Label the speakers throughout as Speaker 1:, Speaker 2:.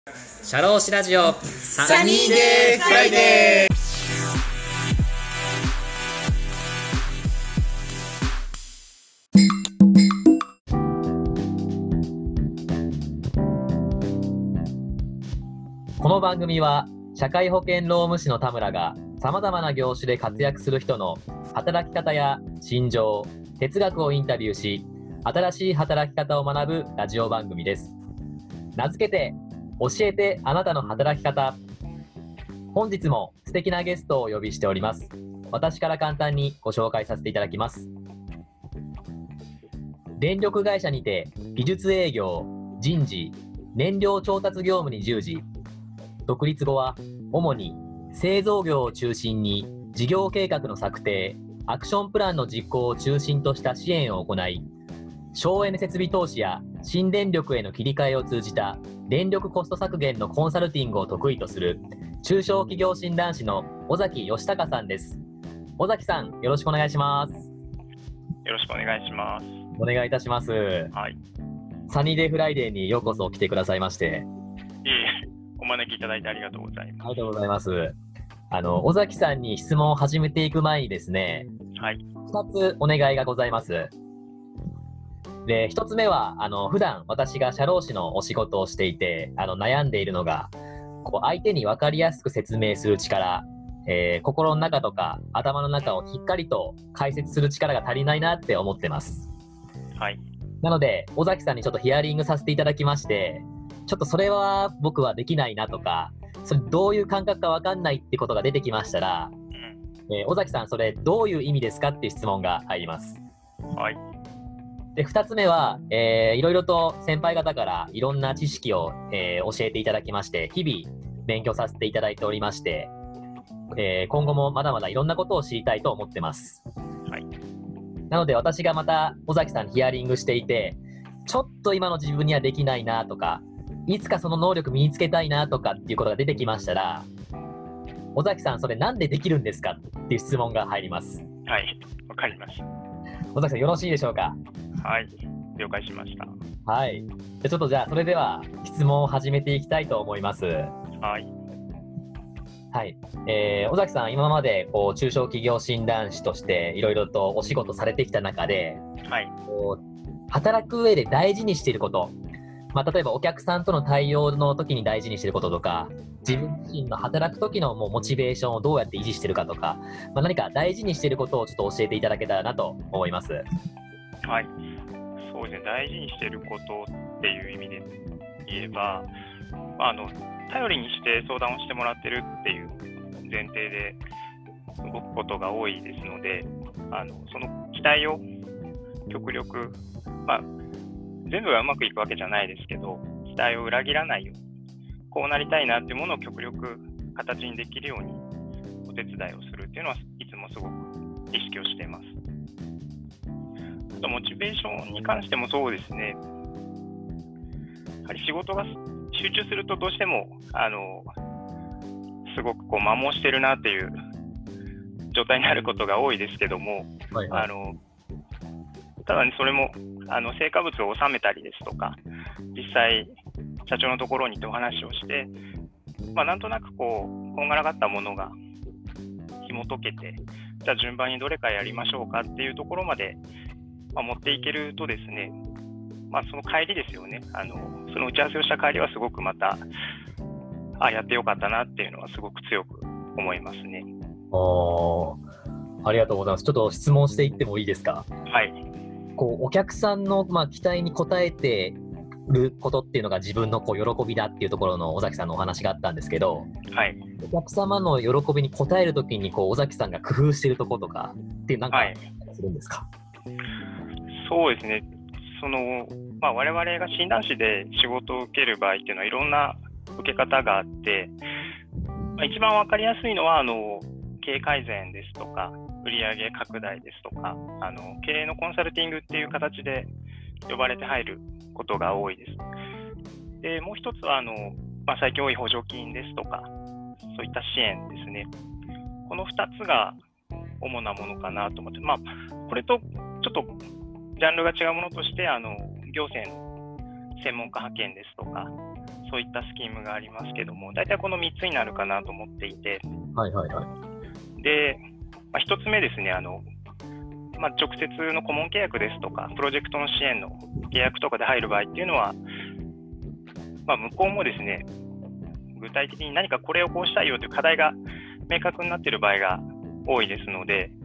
Speaker 1: シャローシラジオ
Speaker 2: サニーデーフライデー。
Speaker 3: この番組は社会保険労務士の田村がさまざまな業種で活躍する人の働き方や心情、哲学をインタビューし、新しい働き方を学ぶラジオ番組です。名付けて教えてあなたの働き方。本日も素敵なゲストをお呼びしております。私から簡単にご紹介させていただきます。電力会社にて技術営業、人事、燃料調達業務に従事。独立後は主に製造業を中心に事業計画の策定、アクションプランの実行を中心とした支援を行い、省エネ設備投資や新電力への切り替えを通じた電力コスト削減のコンサルティングを得意とする中小企業診断士の尾崎義孝さんです。尾崎さん、よろしくお願いします。
Speaker 4: よろしくお願いします。
Speaker 3: お願いいたします。
Speaker 4: はい。
Speaker 3: サニーデーフライデーにようこそ来てくださいまして。
Speaker 4: お招きいただいてありがとうございます。
Speaker 3: ありがとうございます。尾崎さんに質問を始めていく前にですね、
Speaker 4: はい。
Speaker 3: 2つお願いがございます。で、1つ目は、普段私が社労士のお仕事をしていて、悩んでいるのが、相手に分かりやすく説明する力、心の中とか頭の中をしっかりと解説する力が足りないなって思ってます。
Speaker 4: はい。
Speaker 3: なので、尾崎さんにちょっとヒアリングさせていただきまして、ちょっとそれは僕はできないなとか、それどういう感覚か分かんないってことが出てきましたら、尾崎さん、それどういう意味ですかっていう質問が入ります。
Speaker 4: はい。
Speaker 3: で、2つ目は、いろいろと先輩方からいろんな知識を、教えていただきまして、日々勉強させていただいておりまして、今後もまだまだいろんなことを知りたいと思ってます。
Speaker 4: はい。
Speaker 3: なので私がまた尾崎さんにヒアリングしていて、ちょっと今の自分にはできないなとか、いつかその能力身につけたいなとかっていうことが出てきましたら、尾崎さん、それなんでできるんですかっていう質問が入ります。
Speaker 4: はい。わかりました。
Speaker 3: 尾崎さん、よろしいでしょうか？
Speaker 4: はい。了解しました。
Speaker 3: はい。ちょっとじゃあ、それでは質問を始めていきたいと思います。
Speaker 4: はい。
Speaker 3: はい。尾崎さん、今まで中小企業診断士としていろいろとお仕事されてきた中で、
Speaker 4: はい。
Speaker 3: 働く上で大事にしていること、例えばお客さんとの対応の時に大事にしていることとか、自分自身の働く時のモチベーションをどうやって維持しているかとか、何か大事にしていることをちょっと教えていただけたらなと思います。
Speaker 4: はい。そうですね。大事にしていることっていう意味で言えば、頼りにして相談をしてもらってるっていう前提で動くことが多いですので、その期待を極力、全部がうまくいくわけじゃないですけど、期待を裏切らないように、こうなりたいなっていうものを極力形にできるようにお手伝いをするっていうのはいつもすごく意識をしています。あとモチベーションに関してもそうですね。やはり仕事が集中するとどうしてもすごく摩耗してるなっていう状態になることが多いですけども、
Speaker 3: はいはい、
Speaker 4: ただね、それも成果物を収めたりですとか、実際社長のところに行ってお話をして、なんとなくこんがらがったものが紐解けて、じゃあ順番にどれかやりましょうかっていうところまで、持っていけるとですね、その帰りですよね、その打ち合わせをした帰りはすごくまたやってよかったなっていうのはすごく強く思いますね。
Speaker 3: ありがとうございます。ちょっと質問していってもいいですか？
Speaker 4: はい。
Speaker 3: お客さんの期待に応えてることっていうのが自分の喜びだっていうところの尾崎さんのお話があったんですけど、
Speaker 4: はい、
Speaker 3: お客様の喜びに応えるときに尾崎さんが工夫しているところとかっていうなんかするんですか？
Speaker 4: そうですね。我々が診断士で仕事を受ける場合っていうのはいろんな受け方があって、一番わかりやすいのは経営改善ですとか売上拡大ですとか経営のコンサルティングっていう形で呼ばれて入ることが多いです。でもう一つは最近多い補助金ですとかそういった支援ですね。この2つが主なものかなと思って、これとちょっとジャンルが違うものとして行政の専門家派遣ですとかそういったスキームがありますけども、大体この3つになるかなと思っていて、
Speaker 3: はいはいはい。
Speaker 4: で、1つ目ですね、直接の顧問契約ですとか、プロジェクトの支援の契約とかで入る場合っていうのは、向こうもですね、具体的に何かこれをこうしたいよという課題が明確になっている場合が多いですので、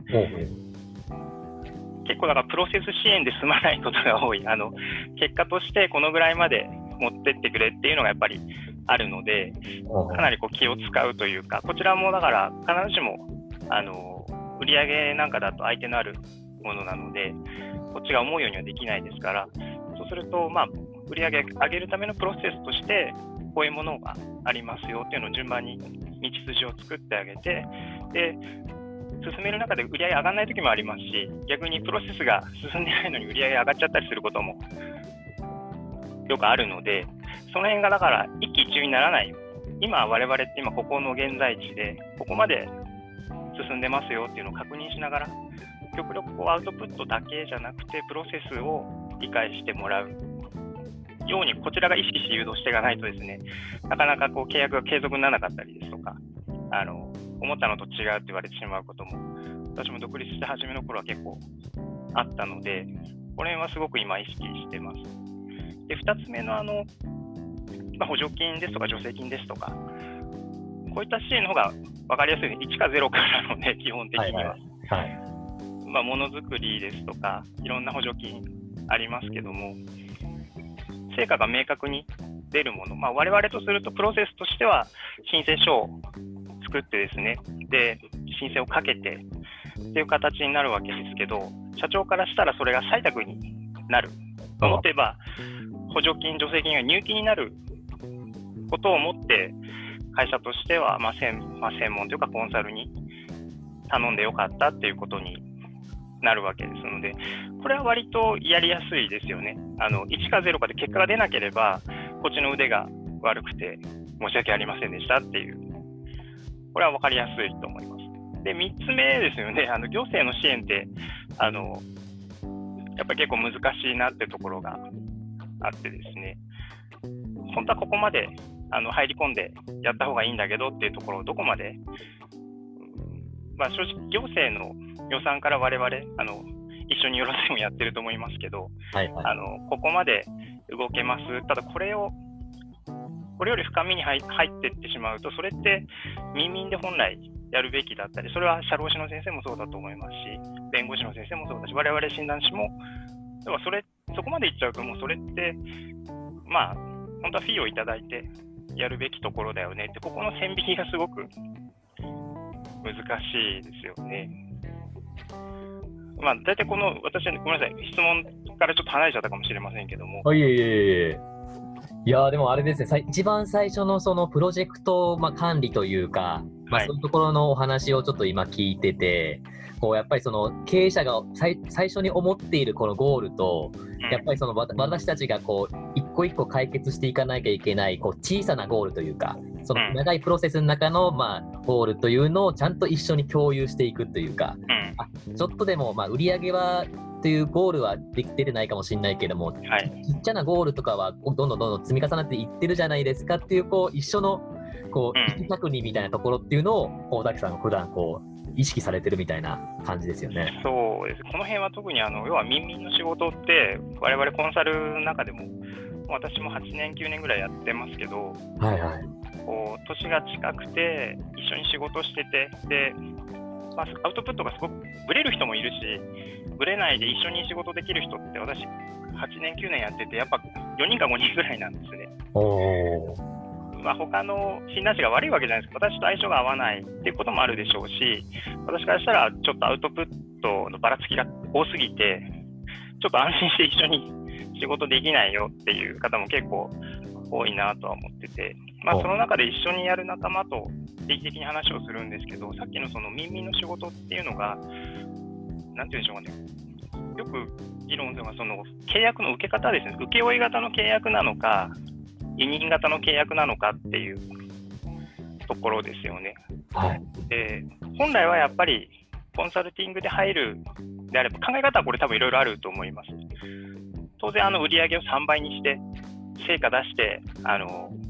Speaker 4: 結構だからプロセス支援で済まないことが多い、結果としてこのぐらいまで持ってってくれっていうのがやっぱりあるので、かなり気を使うというか、こちらもだから必ずしも売上なんかだと相手のあるものなので、こっちが思うようにはできないですから、そうすると、売上上げるためのプロセスとして、こういうものがありますよっていうのを順番に道筋を作ってあげて、で進める中で売上上がらない時もありますし、逆にプロセスが進んでないのに売上上がっちゃったりすることもよくあるので、その辺がだから一喜一憂にならない。今我々ってここの現在地でここまで進んでますよっていうのを確認しながら、極力アウトプットだけじゃなくてプロセスを理解してもらうようにこちらが意識して誘導していかないとですね、なかなか契約が継続にならなかったりですとか、思ったのと違うって言われてしまうことも、私も独立して初めの頃は結構あったので、この辺はすごく今意識してます。で、2つ目の補助金ですとか助成金ですとか、こういった支援の方が分かりやすい、1か0からのね、基本的には。ものづくりですとか、いろんな補助金ありますけども、成果が明確に出るもの、我々とするとプロセスとしては申請書を作ってですね、で申請をかけてっていう形になるわけですけど、社長からしたらそれが採択になる。もっと言えば補助金、助成金が入金になることをもって会社としては、専門というかコンサルに頼んでよかったっていうことになるわけですので、これは割とやりやすいですよね。1か0かで結果が出なければ、こっちの腕が悪くて申し訳ありませんでしたっていう、これは分かりやすいと思います。で、3つ目ですよね、行政の支援って、やっぱり結構難しいなってところがあってですね、本当はここまで入り込んでやった方がいいんだけどっていうところをどこまで、正直行政の予算から我々一緒によろしもやってると思いますけど、ここまで動けます。ただこれより深みに入っていってしまうと、それって民民で本来やるべきだったり、それは社労士の先生もそうだと思いますし、弁護士の先生もそうだし、我々診断士も、でもそこまでいっちゃうと、もうそれって本当はフィーをいただいてやるべきところだよねって、ここの線引きがすごく難しいですよね。大体私はごめんなさい、質問からちょっと離れちゃったかもしれませんけども。
Speaker 3: いやでもあれですね、一番最初のそのプロジェクト、管理というか、そういうところのお話をちょっと今聞いてて、やっぱりその経営者が最初に思っているこのゴールと、やっぱりその私たちが一個一個解決していかなきゃいけない小さなゴールというか、その長いプロセスの中のゴールというのをちゃんと一緒に共有していくというか、ちょっとでも売り上げはというゴールは出てないかもしれないけども、ちっちゃなゴールとかはどんどん積み重ねていってるじゃないですかっていう一緒の意思確認みたいなところっていうのを大崎さんが普段意識されてるみたいな感じですよね。
Speaker 4: そうです。この辺は特に要は民民の仕事って我々コンサルの中でも、私も8年9年ぐらいやってますけど、年が近くて一緒に仕事してて、でアウトプットがすごくブレる人もいるし、ブレないで一緒に仕事できる人って私8年9年やっててやっぱ4人か5人ぐらいなんですね。他の診断士が悪いわけじゃないですけど、私と相性が合わないっていうこともあるでしょうし、私からしたらちょっとアウトプットのばらつきが多すぎて、ちょっと安心して一緒に仕事できないよっていう方も結構多いなとは思ってて、その中で一緒にやる仲間と定期的に話をするんですけど、さっきのその民民の仕事っていうのが、なんていうんでしょうかね、よく議論ではその契約の受け方ですね、請負型の契約なのか、委任型の契約なのかっていうところですよね。本来はやっぱりコンサルティングで入るであれば、考え方はこれ多分いろいろあると思います。当然売上を3倍にして成果出して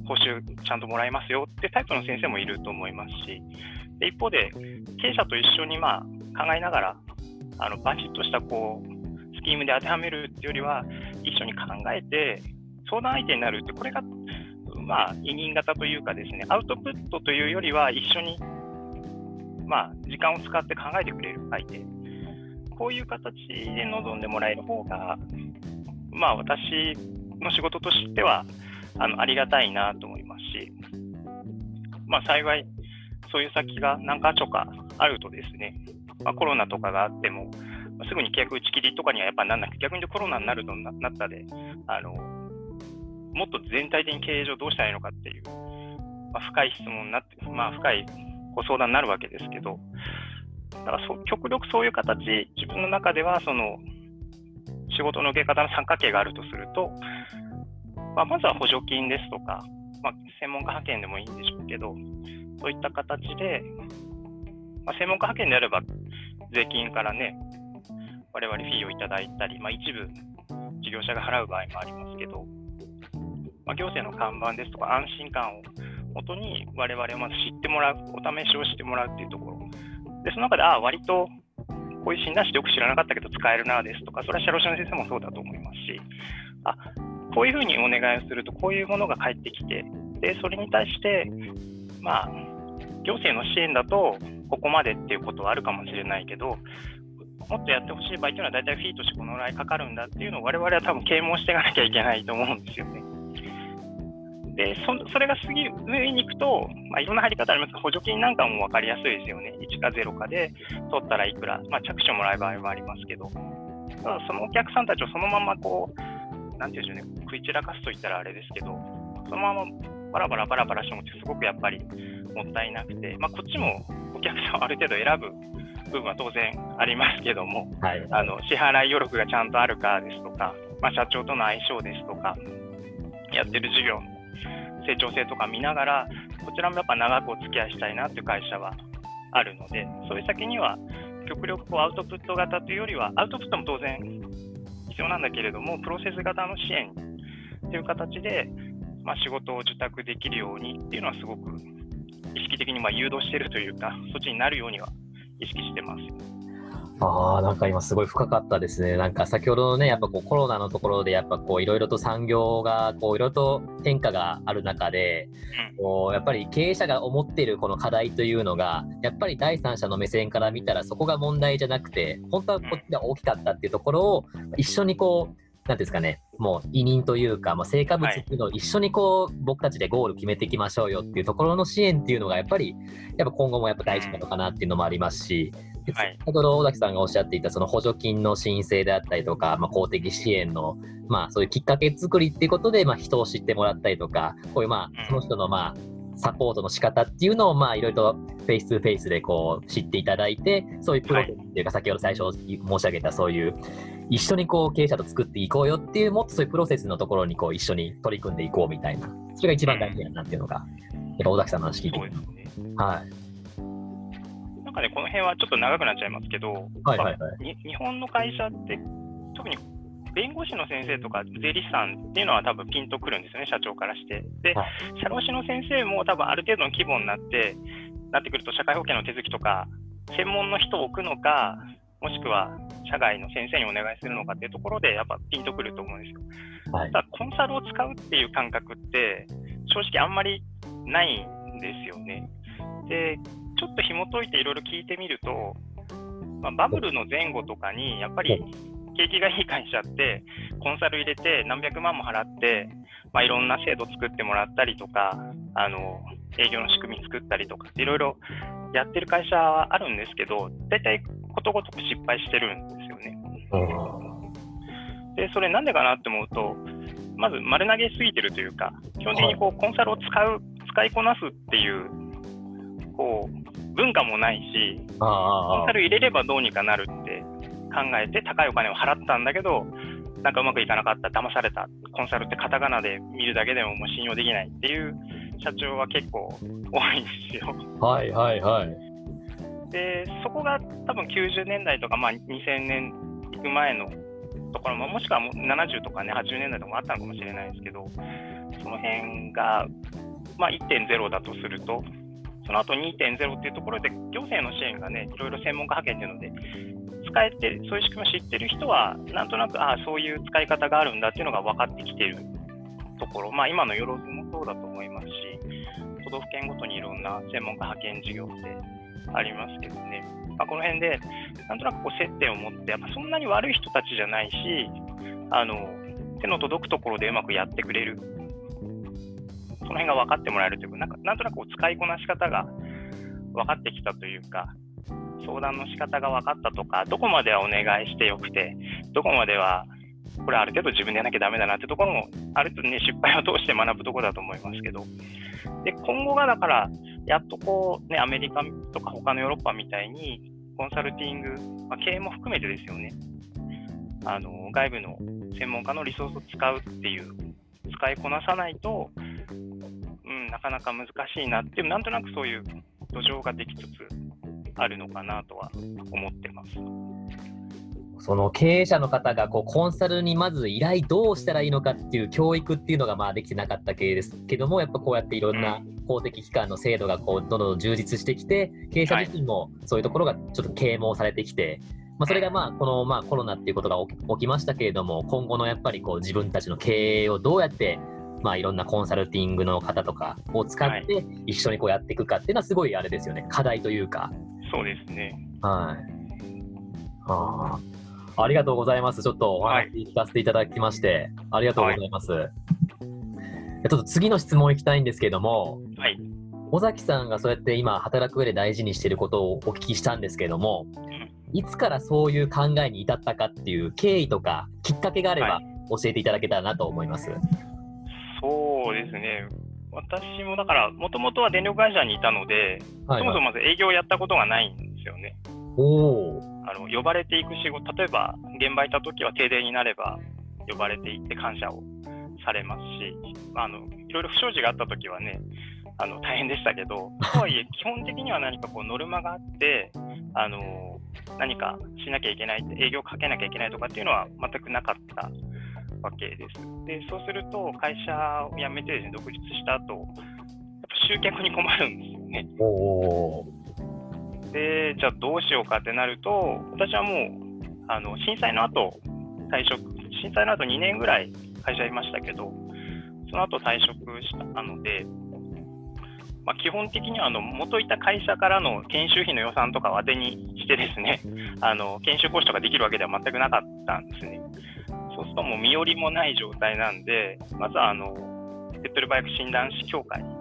Speaker 4: 報酬ちゃんともらえますよってタイプの先生もいると思いますし、で一方で経営者と一緒に考えながらバチッとしたスキームで当てはめるっていうよりは、一緒に考えて相談相手になるって、これが委任型というかですね、アウトプットというよりは一緒に時間を使って考えてくれる相手、こういう形で臨んでもらえる方が私の仕事としてはありがたいなと思いますし、幸いそういう先が何か所かあるとですね、コロナとかがあってもすぐに契約打ち切りとかにはやっぱなんなくて、逆にコロナになるとなったでもっと全体的に経営上どうしたらいいのかっていう、深い質問になって、深いご相談になるわけですけど、だから極力そういう形、自分の中ではその仕事の受け方の三角形があるとすると、まずは補助金ですとか、専門家派遣でもいいんでしょうけど、そういった形で、専門家派遣であれば税金からね、我々フィーをいただいたり、一部事業者が払う場合もありますけど、行政の看板ですとか安心感をもとに我々をまず知ってもらう、お試しをしてもらうっていうところで、その中で割とこういう診断士でよく知らなかったけど使えるなですとか、それは社労士の先生もそうだと思いますし、こういうふうにお願いをするとこういうものが返ってきて、でそれに対して行政の支援だとここまでっていうことはあるかもしれないけど、もっとやってほしい場合っていうのは大体フィーとしてこのぐらいかかるんだっていうのを我々は多分啓蒙していかなきゃいけないと思うんですよね。でそれが上に行くと、いろんな入り方ありますが、補助金なんかも分かりやすいですよね。1か0かで取ったらいくら、着手もらえる場合もありますけど、ただそのお客さんたちをそのままなんていうんでしょうね、食い散らかすといったらあれですけど、そのままバラバラしてもってすごくやっぱりもったいなくて、こっちもお客さんをある程度選ぶ部分は当然ありますけども、支払い余力がちゃんとあるかですとか、社長との相性ですとか、やってる事業の成長性とか見ながら、こちらもやっぱ長くお付き合いしたいなっていう会社はあるので、そういう先には極力アウトプット型というよりは、アウトプットも当然必要なんだけれども、プロセス型の支援という形で、仕事を受託できるようにっていうのはすごく意識的に誘導しているというか、そっちになるようには意識してます。
Speaker 3: なんか今すごい深かったですね。なんか先ほどのね、やっぱコロナのところでやっぱいろいろと産業がいろいろと変化がある中で、やっぱり経営者が思っているこの課題というのが、やっぱり第三者の目線から見たらそこが問題じゃなくて、本当はこっちが大きかったっていうところを一緒になんですかね、もう委任というか、成果物っていうのを一緒に僕たちでゴール決めていきましょうよっていうところの支援っていうのがやっぱ今後もやっぱ大事なのかなっていうのもありますし、先ほど尾崎さんがおっしゃっていたその補助金の申請であったりとか、公的支援の、そういうきっかけ作りっていうことで、人を知ってもらったりとか、こういうその人のサポートの仕方っていうのをいろいろとフェイストゥフェイスで知っていただいて、そういうプロセスっていうか、先ほど最初申し上げたそういう一緒に経営者と作っていこうよっていう、もっとそういうプロセスのところに一緒に取り組んでいこうみたいな、それが一番大事だなっていうのが、尾崎さんの話聞いてます。
Speaker 4: なんかね、この辺はちょっと長くなっちゃいますけど、日本の会社って特に弁護士の先生とか税理士さんっていうのは多分ピンとくるんですよね、社長からして。で、社労士の先生も多分ある程度の規模になってくると、社会保険の手続きとか専門の人を置くのか、もしくは社外の先生にお願いするのかっていうところでやっぱピンとくると思うんですよ。ただコンサルを使うっていう感覚って正直あんまりないんですよね。で、ちょっと紐解いていろいろ聞いてみると、バブルの前後とかにやっぱり景気がいい会社ってコンサル入れて何百万も払って、いろんな制度作ってもらったりとか、営業の仕組み作ったりとかいろいろやってる会社はあるんですけど、大体ことごとく失敗してるんですよね。で、それなんでかなって思うと、まず丸投げすぎてるというか、基本的にコンサルを使いこなすっていう文化もないし、コンサル入れればどうにかなるって考えて高いお金を払ったんだけど、なんかうまくいかなかった、騙された、コンサルってカタカナで見るだけでももう信用できないっていう社長は結構多いんですよ。で、そこが多分90年代とか、2000年行く前のところも、もしくは70とかね、80年代とかもあったのかもしれないですけど、その辺が 1.0 だとすると、その後 2.0 っていうところで行政の支援がね、いろいろ専門家派遣というので使えて、そういう仕組みを知ってる人はなんとなくそういう使い方があるんだっていうのが分かってきているところ、今のよろずもそうだと思いますし、都道府県ごとにいろんな専門家派遣事業ってありますけどね、この辺でなんとなく接点を持って、やっぱそんなに悪い人たちじゃないし、手の届くところでうまくやってくれる、その辺が分かってもらえるというか、なんとなく使いこなし方が分かってきたというか、相談の仕方が分かったとか、どこまではお願いしてよくて、どこまではこれある程度自分でやらなきゃダメだなってところも、ある程度ね、失敗を通して学ぶところだと思いますけど、で今後がだから、やっとアメリカとか他のヨーロッパみたいに、コンサルティング、経営も含めてですよね、外部の専門家のリソースを使うっていう、使いこなさないと、なかなか難しいなっていう、なんとなくそういう土壌ができつつあるのかなとは思ってます。
Speaker 3: その経営者の方がコンサルにまず依頼どうしたらいいのかっていう教育っていうのができてなかった系ですけども、やっぱこうやっていろんな公的機関の制度がどんどん充実してきて、経営者自身もそういうところがちょっと啓蒙されてきて、それがこのコロナっていうことが起きましたけれども、今後のやっぱり自分たちの経営をどうやっていろんなコンサルティングの方とかを使って一緒にやっていくかっていうのはすごいあれですよね、課題というか。
Speaker 4: そうですね。
Speaker 3: はい。ありがとうございます。ちょっとお話聞かせていただきまして、ありがとうございます。ちょっと次の質問いきたいんですけれども、尾崎さんがそうやって今働く上で大事にしていることをお聞きしたんですけれども、いつからそういう考えに至ったかっていう経緯とかきっかけがあれば教えていただけたらなと思います。
Speaker 4: そうですね。私もだからもともとは電力会社にいたので、そもそもまず営業をやったことがないんですよね。呼ばれていく仕事、例えば現場いた時は停電になれば呼ばれていって感謝をされますし、いろいろ不祥事があった時はね、大変でしたけど、とはいえ基本的には何かノルマがあって何かしなきゃいけない、営業かけなきゃいけないとかっていうのは全くなかったわけです。でそうすると会社を辞めてですね、独立した後、やっぱ集客に困るんですよね。でじゃあどうしようかってなると、私はもう震災の後震災の後2年ぐらい会社いましたけど、その後退職したので、基本的には元いた会社からの研修費の予算とかを当てにしてですね、研修講師とかできるわけでは全くなかったんですね。そうするともう身寄りもない状態なんで、まずは手っ取り早く診断士協会、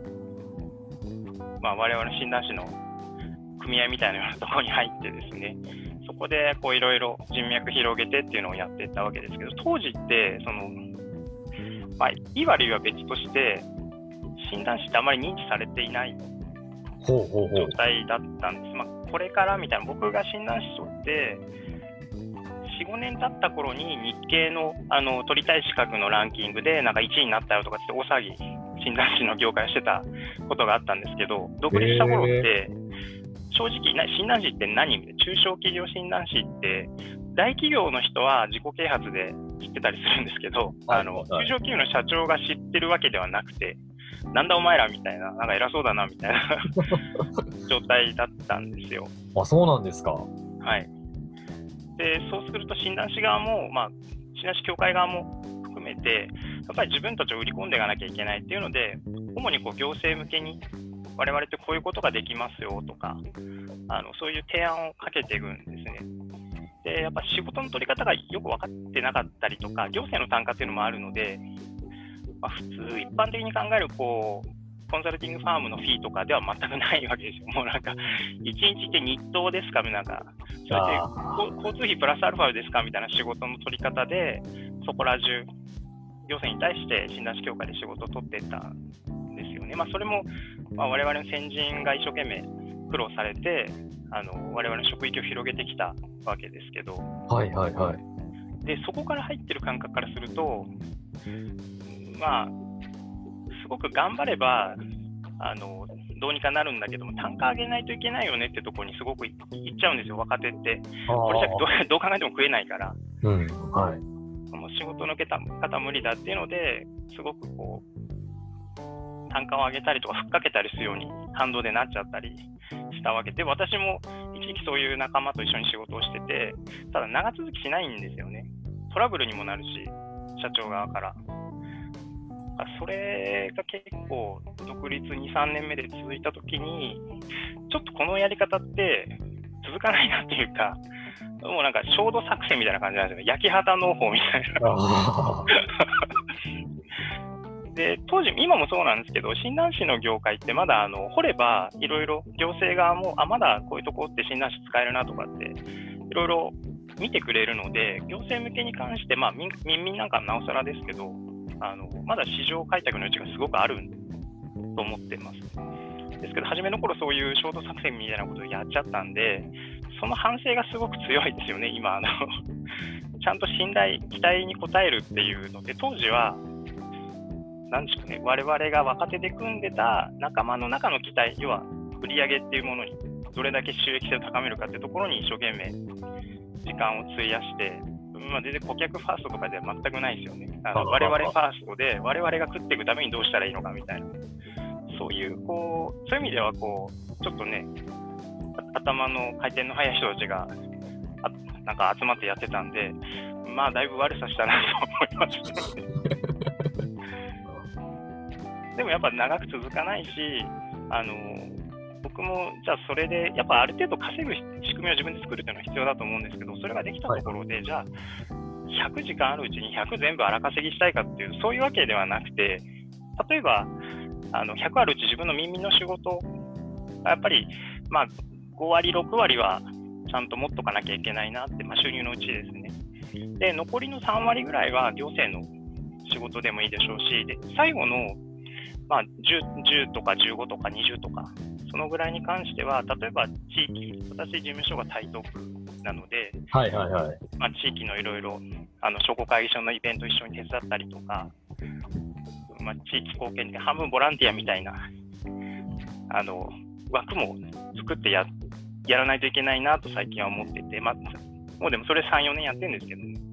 Speaker 4: 我々の診断士の組合みたいなようなところに入ってですね、そこでいろいろ人脈広げてっていうのをやっていったわけですけど、当時っていい悪いは別として診断士ってあまり認知されていない状態だったんです。これからみたいな、僕が診断士とって4、5年経った頃に日経の取りたい資格のランキングで1位になったよとかって大騒ぎ、診断士の業界をしてたことがあったんですけど、独立した頃って正直診断士って何、中小企業診断士って大企業の人は自己啓発で知ってたりするんですけど、中小企業の社長が知ってるわけではなくて、なんだお前らみたいな、偉そうだなみたいな状態だったんですよ。
Speaker 3: そうなんですか。
Speaker 4: はい。でそうすると診断士側も、診断士協会側も含めて、やっぱり自分たちを売り込んでいかなきゃいけないっていうので、主に行政向けに我々ってこういうことができますよとか、そういう提案をかけていくんですね。でやっぱ仕事の取り方がよく分かってなかったりとか、行政の単価っていうのもあるので、普通一般的に考えるコンサルティングファームのフィーとかでは全くないわけですよ。もう1日って日当ですか、それで交通費プラスアルファですかみたいな仕事の取り方で、そこら中行政に対して診断士協会で仕事を取っていったんですよね。それも、我々の先人が一生懸命苦労されて我々の職域を広げてきたわけですけど、でそこから入ってる感覚からすると、すごく頑張ればどうにかなるんだけども、単価上げないといけないよねってところにすごくいっちゃうんですよ、若手って。これじゃどう考えても食えないから、もう仕事の方無理だっていうので、すごく単価を上げたりとかふっかけたりするように反動でなっちゃったりしたわけで、私も一時期そういう仲間と一緒に仕事をしてて、ただ長続きしないんですよね。トラブルにもなるし、社長側から。それが結構独立 2,3 年目で続いたときに、ちょっとこのやり方って続かないなっていうか、もうなんか焦土作戦みたいな感じなんですよね。焼き畑農法みたいな。で、当時、今もそうなんですけど、診断士の業界ってまだ掘ればいろいろ行政側もまだこういうとこって診断士使えるなとかっていろいろ見てくれるので、行政向けに関して、民なんかなおさらですけど、まだ市場開拓の余地がすごくあると思ってます。ですけど、初めの頃そういうショート作戦みたいなことをやっちゃったんで、その反省がすごく強いですよね、今。ちゃんと信頼、期待に応えるっていうので、当時は、なんですかね、我々が若手で組んでた仲間の中の期待、要は売り上げっていうものにどれだけ収益性を高めるかっていうところに一生懸命時間を費やして、全然顧客ファーストとかでは全くないですよね。我々ファーストで我々が食っていくためにどうしたらいいのかみたいな、そういうそういう意味ではちょっとね、頭の回転の速い人たちがなんか集まってやってたんで、だいぶ悪さしたなと思いますね。でもやっぱ長く続かないし、僕もじゃあそれでやっぱある程度稼ぐ仕組みを自分で作るっていうのは必要だと思うんですけど、それができたところで、じゃあ100時間あるうちに100全部荒稼ぎしたいかっていう、そういうわけではなくて、例えば100あるうち自分の耳の仕事、やっぱり5割、6割はちゃんと持っとかなきゃいけないなって、収入のうちですね。で、残りの3割ぐらいは行政の仕事でもいいでしょうし、で最後の10とか15とか20とか、そのぐらいに関しては、例えば地域、私、事務所が台東区なので、地域のいろいろ商工会議所のイベント一緒に手伝ったりとか、地域貢献で半分ボランティアみたいな枠も作ってやらないといけないなと最近は思ってて、もうでもそれ3、4年やってるんですけどね。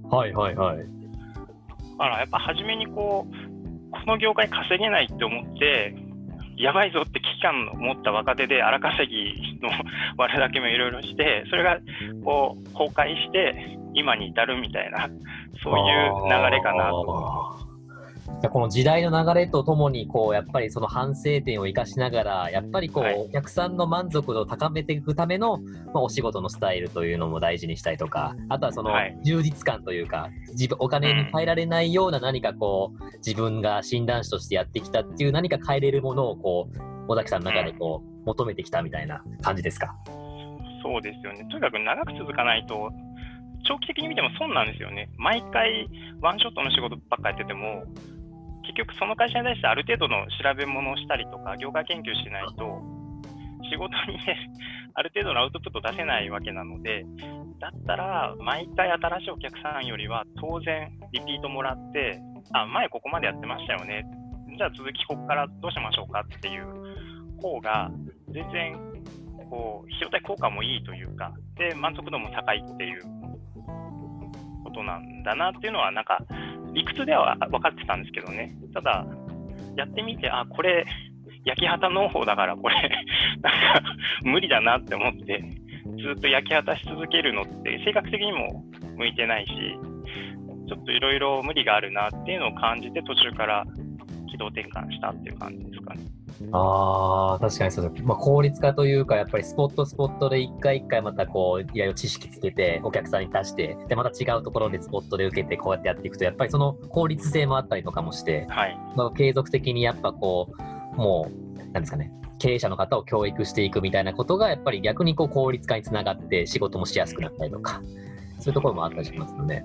Speaker 4: やっぱ初めにこの業界稼げないって思って、やばいぞって危機感を持った若手で荒稼ぎの悪だけもいろいろして、それが崩壊して今に至るみたいな、そういう流れかなと。
Speaker 3: この時代の流れとともにやっぱりその反省点を生かしながら、やっぱりお客さんの満足度を高めていくための、お仕事のスタイルというのも大事にしたりとか、あとはその充実感というか、お金に換えられないような何か自分が診断士としてやってきたっていう何か変えれるものを尾崎さんの中で求めてきたみたいな感じですか？
Speaker 4: そうですよね。とにかく長く続かないと長期的に見ても損なんですよね。毎回ワンショットの仕事ばっかやってても、結局その会社に対してある程度の調べ物をしたりとか業界研究しないと仕事にね、ある程度のアウトプット出せないわけなので、だったら毎回新しいお客さんよりは当然リピートもらって、前ここまでやってましたよね、じゃあ続きここからどうしましょうかっていう方が全然費用対効果もいいというか、で満足度も高いっていうことなんだなっていうのはなんか理屈では分かってたんですけどね。ただやってみて、これ焼き畑農法だからこれなんか無理だなって思って、ずっと焼き畑し続けるのって性格的にも向いてないし、ちょっといろいろ無理があるなっていうのを感じて、途中から軌道転換したっていう感じですかね。
Speaker 3: 確かにそうです。効率化というか、やっぱりスポットで一回一回またいろいろ知識つけてお客さんに出して、でまた違うところでスポットで受けてこうやってやっていくと、やっぱりその効率性もあったりとかもして、継続的にやっぱもうなんですかね、経営者の方を教育していくみたいなことがやっぱり逆に効率化につながって仕事もしやすくなったりとか、そういうところもあったりしますよね。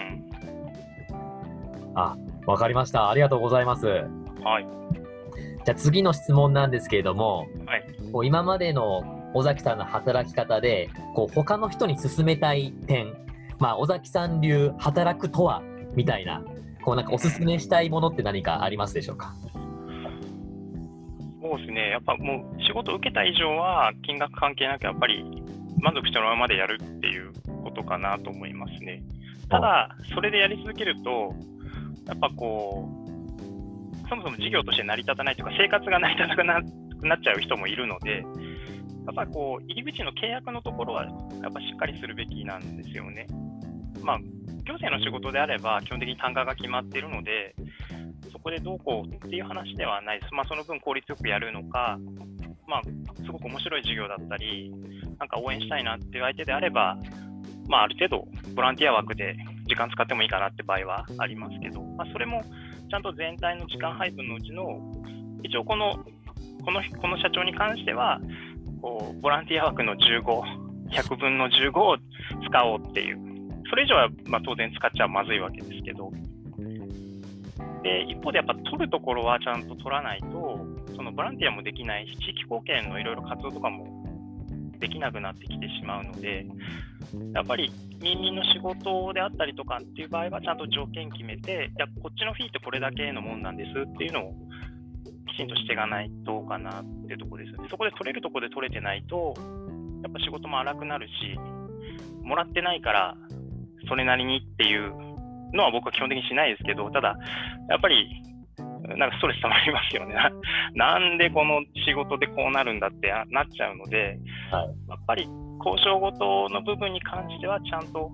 Speaker 3: わかりました。ありがとうございます。じゃあ次の質問なんですけれども、今までの尾崎さんの働き方で他の人に勧めたい点、尾崎さん流働くとはみたいな、なんかお勧めしたいものって何かありますでしょうか？
Speaker 4: そうですね、やっぱもう仕事を受けた以上は金額関係なくやっぱり満足したままでやるっていうことかなと思いますね。ただそれでやり続けるとやっぱそもそも事業として成り立たないというか、生活が成り立たなくなっちゃう人もいるので、やっぱりこう入り口の契約のところはやっぱしっかりするべきなんですよね。まあ、行政の仕事であれば基本的に単価が決まっているので、そこでどうこうっていう話ではないです。まあ、その分効率よくやるのか、まあ、すごく面白い授業だったり、なんか応援したいなっていう相手であれば、まあ、ある程度ボランティア枠で時間使ってもいいかなって場合はありますけど、まあ、それもちゃんと全体の時間配分のうちの一応この社長に関してはこうボランティア枠の100分の15を使おうっていう、それ以上はまあ当然使っちゃまずいわけですけど、で一方でやっぱ取るところはちゃんと取らないと、そのボランティアもできないし、地域貢献のいろいろ活動とかもできなくなってきてしまうので、やっぱり民民の仕事であったりとかっていう場合はちゃんと条件決めて、いやこっちのフィーってこれだけのもんなんですっていうのをきちんとしていかないとかなっていうところですね。そこで取れるところで取れてないと、やっぱ仕事も荒くなるし、もらってないからそれなりにっていうのは僕は基本的にしないですけど、ただやっぱりなんかストレス溜まりますよね。なんでこの仕事でこうなるんだってなっちゃうので、
Speaker 3: はい、
Speaker 4: やっぱり交渉ごとの部分に関してはちゃんと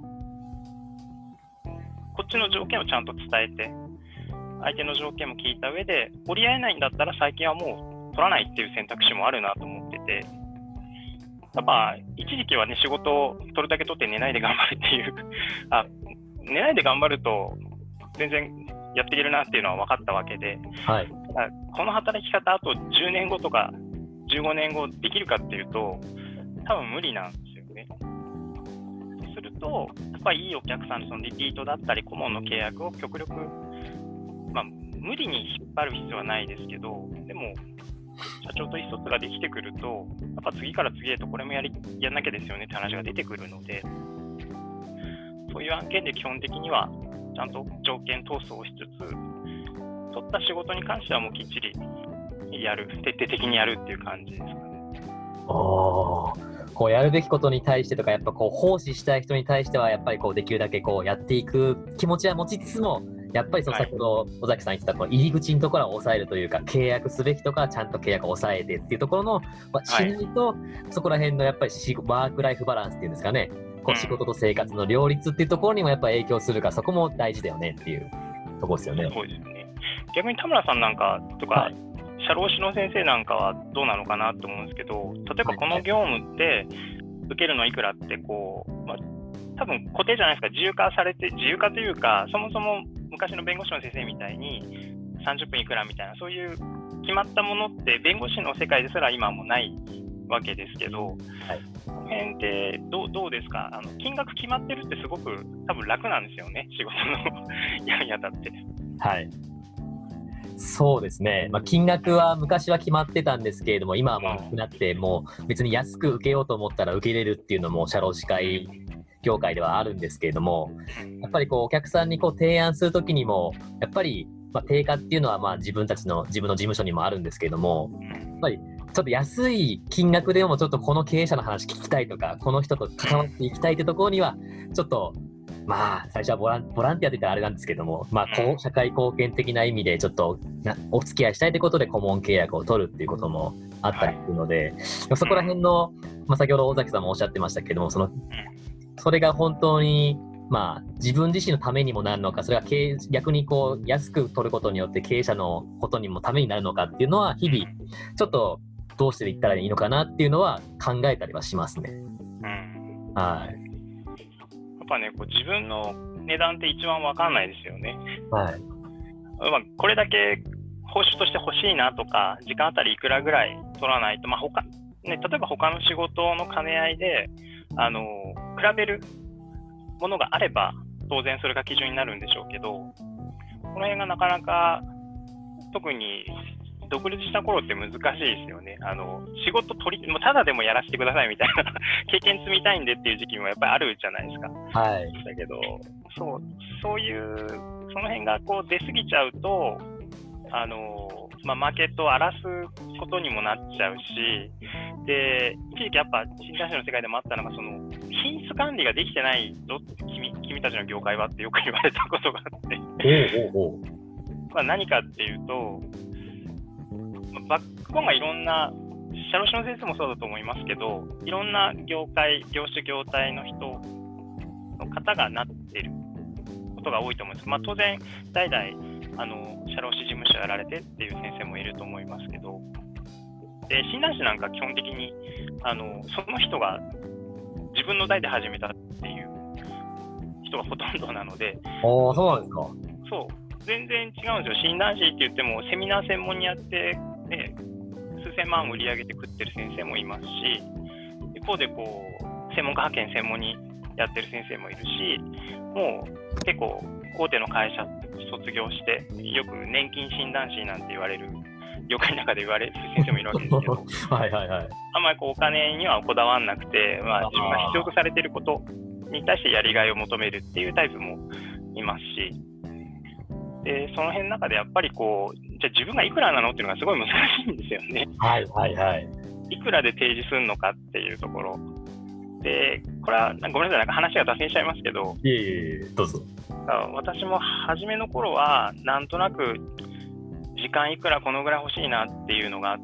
Speaker 4: こっちの条件をちゃんと伝えて、相手の条件も聞いた上で、折り合えないんだったら最近はもう取らないっていう選択肢もあるなと思ってて、やっぱ一時期はね、仕事を取るだけ取って寝ないで頑張るっていう寝ないで頑張ると全然やっていけるなっていうのは分かったわけで、
Speaker 3: はい、
Speaker 4: この働き方あと10年後とか15年後できるかっていうと多分無理なんですよね。そうするとやっぱりいいお客さんのそのリピートだったり顧問の契約を極力、まあ、無理に引っ張る必要はないですけど、でも社長と意思疎通ができてくると、やっぱ次から次へとこれもやんなきゃですよねって話が出てくるので、そういう案件で基本的にはちゃんと条件闘争をしつつ、取った仕事に関してはもうきっちりやる、徹底的にやるっていう感じですかね。
Speaker 3: こうやるべきことに対してとか、やっぱこう奉仕したい人に対してはやっぱりこうできるだけこうやっていく気持ちは持ちつつも、やっぱりその先ほど尾崎さん言ってたこの入り口のところは抑えるというか、契約すべきとかちゃんと契約を抑えてっていうところの、しないと、そこら辺のやっぱりワークライフバランスっていうんですかね、こう仕事と生活の両立っていうところにもやっぱり影響するから、そこも大事だよねっていうところですよね。
Speaker 4: そうですね。逆に田村さんなんかとか、社労士の先生なんかはどうなのかなと思うんですけど、例えばこの業務って受けるのいくらってこう、多分固定じゃないですか、自由化されて、自由化というか、そもそも昔の弁護士の先生みたいに30分いくらみたいな、そういう決まったものって弁護士の世界ですら今はもうないわけですけど、この辺ってどうですか？金額決まってるってすごく多分楽なんですよね、仕事のやり方って。
Speaker 3: はい。そうですね、金額は昔は決まってたんですけれども、今はもうなくなって、もう別に安く受けようと思ったら受け入れるっていうのも社労士会業界ではあるんですけれども、やっぱりこうお客さんにこう提案するときにも、やっぱり定価っていうのは自分の事務所にもあるんですけれども、やっぱりちょっと安い金額でもちょっとこの経営者の話聞きたいとか、この人と関わっていきたいってところには、ちょっと最初はボランティアって言ったらあれなんですけども、社会貢献的な意味でちょっとお付き合いしたいということで顧問契約を取るっていうこともあったりするので、そこら辺の、先ほど尾崎さんもおっしゃってましたけども、それが本当に自分自身のためにもなるのか、それが逆にこう安く取ることによって経営者のことにもためになるのかっていうのは、日々ちょっとどうしていったらいいのかなっていうのは考えたりはしますね。はい。
Speaker 4: やっぱね、こう自分の値段って一番分かんないですよね。
Speaker 3: はい。
Speaker 4: これだけ報酬として欲しいなとか、時間あたりいくらぐらい取らないと、例えば他の仕事の兼ね合いで比べるものがあれば当然それが基準になるんでしょうけど、この辺がなかなか特に独立した頃って難しいですよね。仕事もうただでもやらせてくださいみたいな経験積みたいんでっていう時期もやっぱりあるじゃないですか。
Speaker 3: はい。
Speaker 4: だけどそういうその辺がこう出過ぎちゃうとマーケットを荒らすことにもなっちゃうし、で一時期やっぱ診断士の世界でもあったのが、その品質管理ができてないぞ、君たちの業界はってよく言われたことがあっては何かっていうと、バックボーンがいろんな、社労士の先生もそうだと思いますけど、いろんな業界、業種、業態の人の方がなっていることが多いと思います。当然、代々社労士事務所やられてっていう先生もいると思いますけど、で診断士なんか基本的にその人が自分の代で始めたっていう人がほとんどなので、
Speaker 3: そうなんですか。
Speaker 4: そう、全然違うんですよ。診断士って言っても、セミナー専門にやって、ね、数千万売り上げて食ってる先生もいますし、一方でこう専門家派遣専門にやってる先生もいるし、もう結構大手の会社卒業して、よく年金診断士なんて言われる、業界の中で言われる先生もいるわけですけど、
Speaker 3: はいはいはい。
Speaker 4: あんまりこうお金にはこだわらなくて、自分が必要とされていることに対してやりがいを求めるっていうタイプもいますし、でその辺の中でやっぱりこう、じゃあ自分がいくらなのっていうのがすごい難しいんですよね。
Speaker 3: はいはいはい。
Speaker 4: いくらで提示するのかっていうところ。で、これはごめんなさい、なんか話が脱線しちゃいますけど、
Speaker 3: いえいえいえ、どうぞ。
Speaker 4: 私も初めの頃は、なんとなく時間いくらこのぐらい欲しいなっていうのがあって、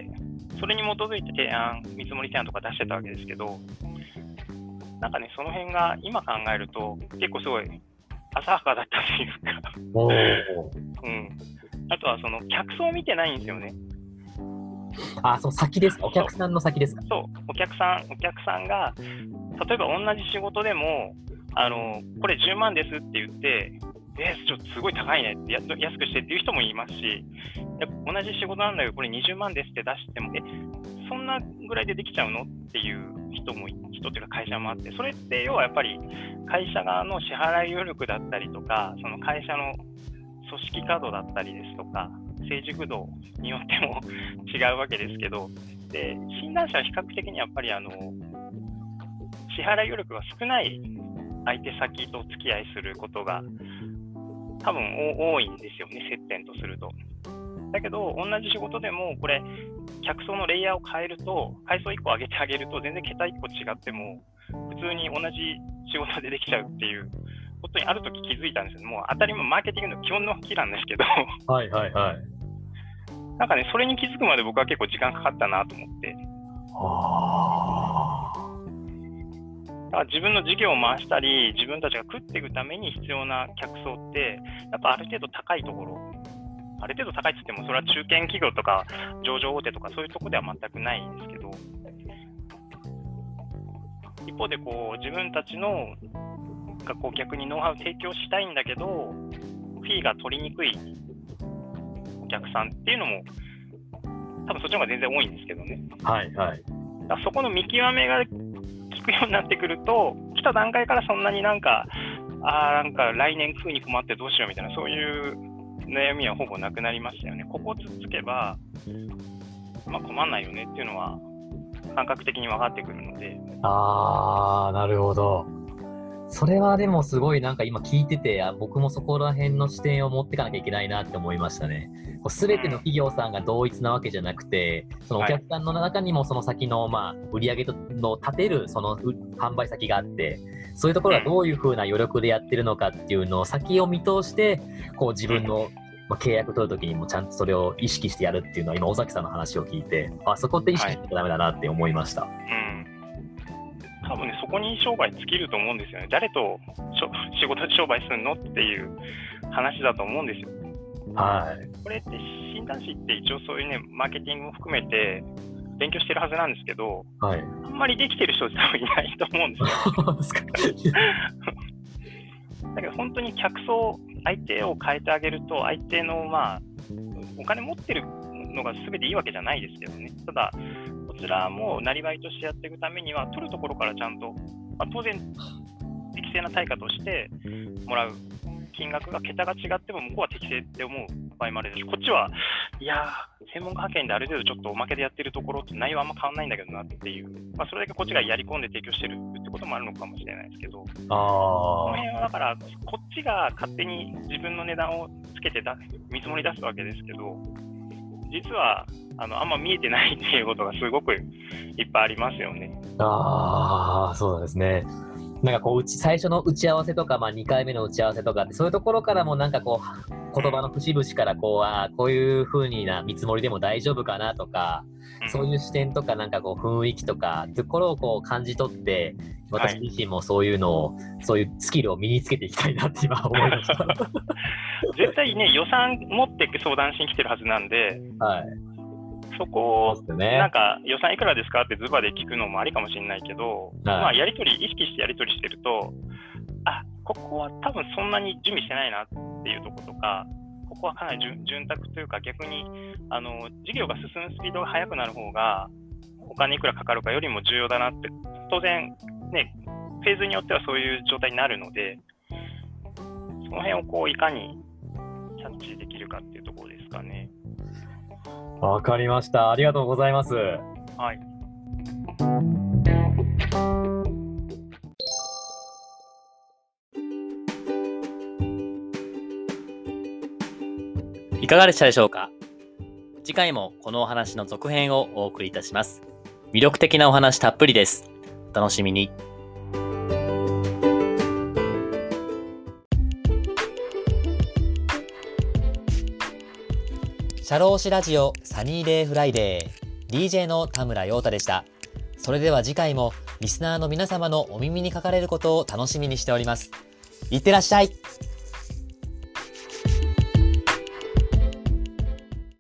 Speaker 4: それに基づいて提案、見積もり提案とか出してたわけですけど、なんかね、その辺が今考えると、結構すごい浅はかだったというか、あとはその客層を見てないんですよね。
Speaker 3: その先ですか？お客さんの先ですか？
Speaker 4: そう、お客さんが、例えば同じ仕事でも、これ10万ですって言って、ちょっとすごい高いねって安くしてっていう人もいますし、同じ仕事なんだけど、これ20万ですって出しても、そんなぐらいでできちゃうのっていう人っていうか会社もあって、それって要はやっぱり会社側の支払い余力だったりとか、その会社の組織稼働だったりですとか、成熟度によっても違うわけですけど、で診断士は比較的にやっぱり支払い余力が少ない相手先とお付き合いすることが多分多いんですよね、接点とすると。だけど同じ仕事でもこれ客層のレイヤーを変えると、階層1個上げてあげると全然桁1個違っても普通に同じ仕事でできちゃうっていうことにある時気づいたんですよ。もう当たり前、マーケティングの基本の木なんですけど
Speaker 3: はいはいはい。
Speaker 4: なんかね、それに気づくまで僕は結構時間かかったなと思って。だから自分の事業を回したり、自分たちが食っていくために必要な客層って、やっぱある程度高いところ、ある程度高いって言っても、それは中堅企業とか上場大手とかそういうところでは全くないんですけど、一方でこう自分たちのがこう逆にノウハウを提供したいんだけど、フィーが取りにくいお客さんっていうのも、多分そっちの方が全然多いんですけどね。
Speaker 3: はいはい。
Speaker 4: だからそこの見極めが効くようになってくると、来た段階からそんなになんか来年食うに困ってどうしようみたいな、そういう悩みはほぼなくなりましたよね。ここをつっつけば、困んないよねっていうのは感覚的に分かってくるので。
Speaker 3: なるほど。それはでもすごいなんか今聞いてて、僕もそこら辺の視点を持っていかなきゃいけないなって思いましたね。すべての企業さんが同一なわけじゃなくて、そのお客さんの中にもその先の売上の立てるその販売先があって、そういうところがどういう風な余力でやってるのかっていうのを先を見通して、こう自分の契約取るときにもちゃんとそれを意識してやるっていうのは今尾崎さんの話を聞いて、そこって意識しなきゃダメだなって思いました。
Speaker 4: 多分ね、そこに商売尽きると思うんですよね。誰と仕事で商売するのっていう話だと思うんですよ。
Speaker 3: はい。
Speaker 4: これって診断士って一応そういうね、マーケティングも含めて勉強してるはずなんですけど、
Speaker 3: はい、
Speaker 4: あんまりできてる人って多分いないと思うんですよ。だけど本当に客層、相手を変えてあげると、相手のお金持ってるのが全ていいわけじゃないですけどね。ただこちらもなりわいとしてやっていくためには、取るところからちゃんと、当然適正な対価としてもらう金額が桁が違っても向こうは適正って思う場合もあるし、こっちはいや専門家派遣である程度ちょっとおまけでやってるところって内容あんま変わんないんだけどなっていう、それだけこっちがやり込んで提供してるってこともあるのかもしれないですけど、この辺はだからこっちが勝手に自分の値段をつけて見積もり出すわけですけど、実はあんま見えてないっていうことがすごくいっぱいありますよね。
Speaker 3: そうなんですね。 なんかこう最初の打ち合わせとか、2回目の打ち合わせとかって、そういうところからもなんかこう言葉の節々からこういう風にな見積もりでも大丈夫かなとか、そういう視点とかなんかこう雰囲気とかところをこう感じ取って、私自身もそういうのを、そういうスキルを身につけていきたいなって今思いました。
Speaker 4: 絶対ね、予算持って相談しに来てるはずなんで、
Speaker 3: はい、
Speaker 4: そこを、
Speaker 3: ね、
Speaker 4: なんか予算いくらですかってズバで聞くのもありかもしれないけど、
Speaker 3: はい、
Speaker 4: やり取り、意識してやり取りしてると、ここは多分そんなに準備してないなっていうところとか、ここはかなり潤沢というか、逆に事業が進むスピードが速くなる方が、お金いくらかかるかよりも重要だなって、当然、ね、フェーズによってはそういう状態になるので、その辺をこういかにキャッチできるかっていうところですかね。
Speaker 3: わかりました。ありがとうございます。
Speaker 4: はい。
Speaker 1: いかがでしたでしょうか。次回もこのお話の続編をお送りいたします。魅力的なお話たっぷりです。お楽しみに。
Speaker 5: 社労士ラジオサニーデイフライデー DJ の田村陽太でした。それでは次回もリスナーの皆様のお耳にかかれることを楽しみにしております。いってらっしゃい。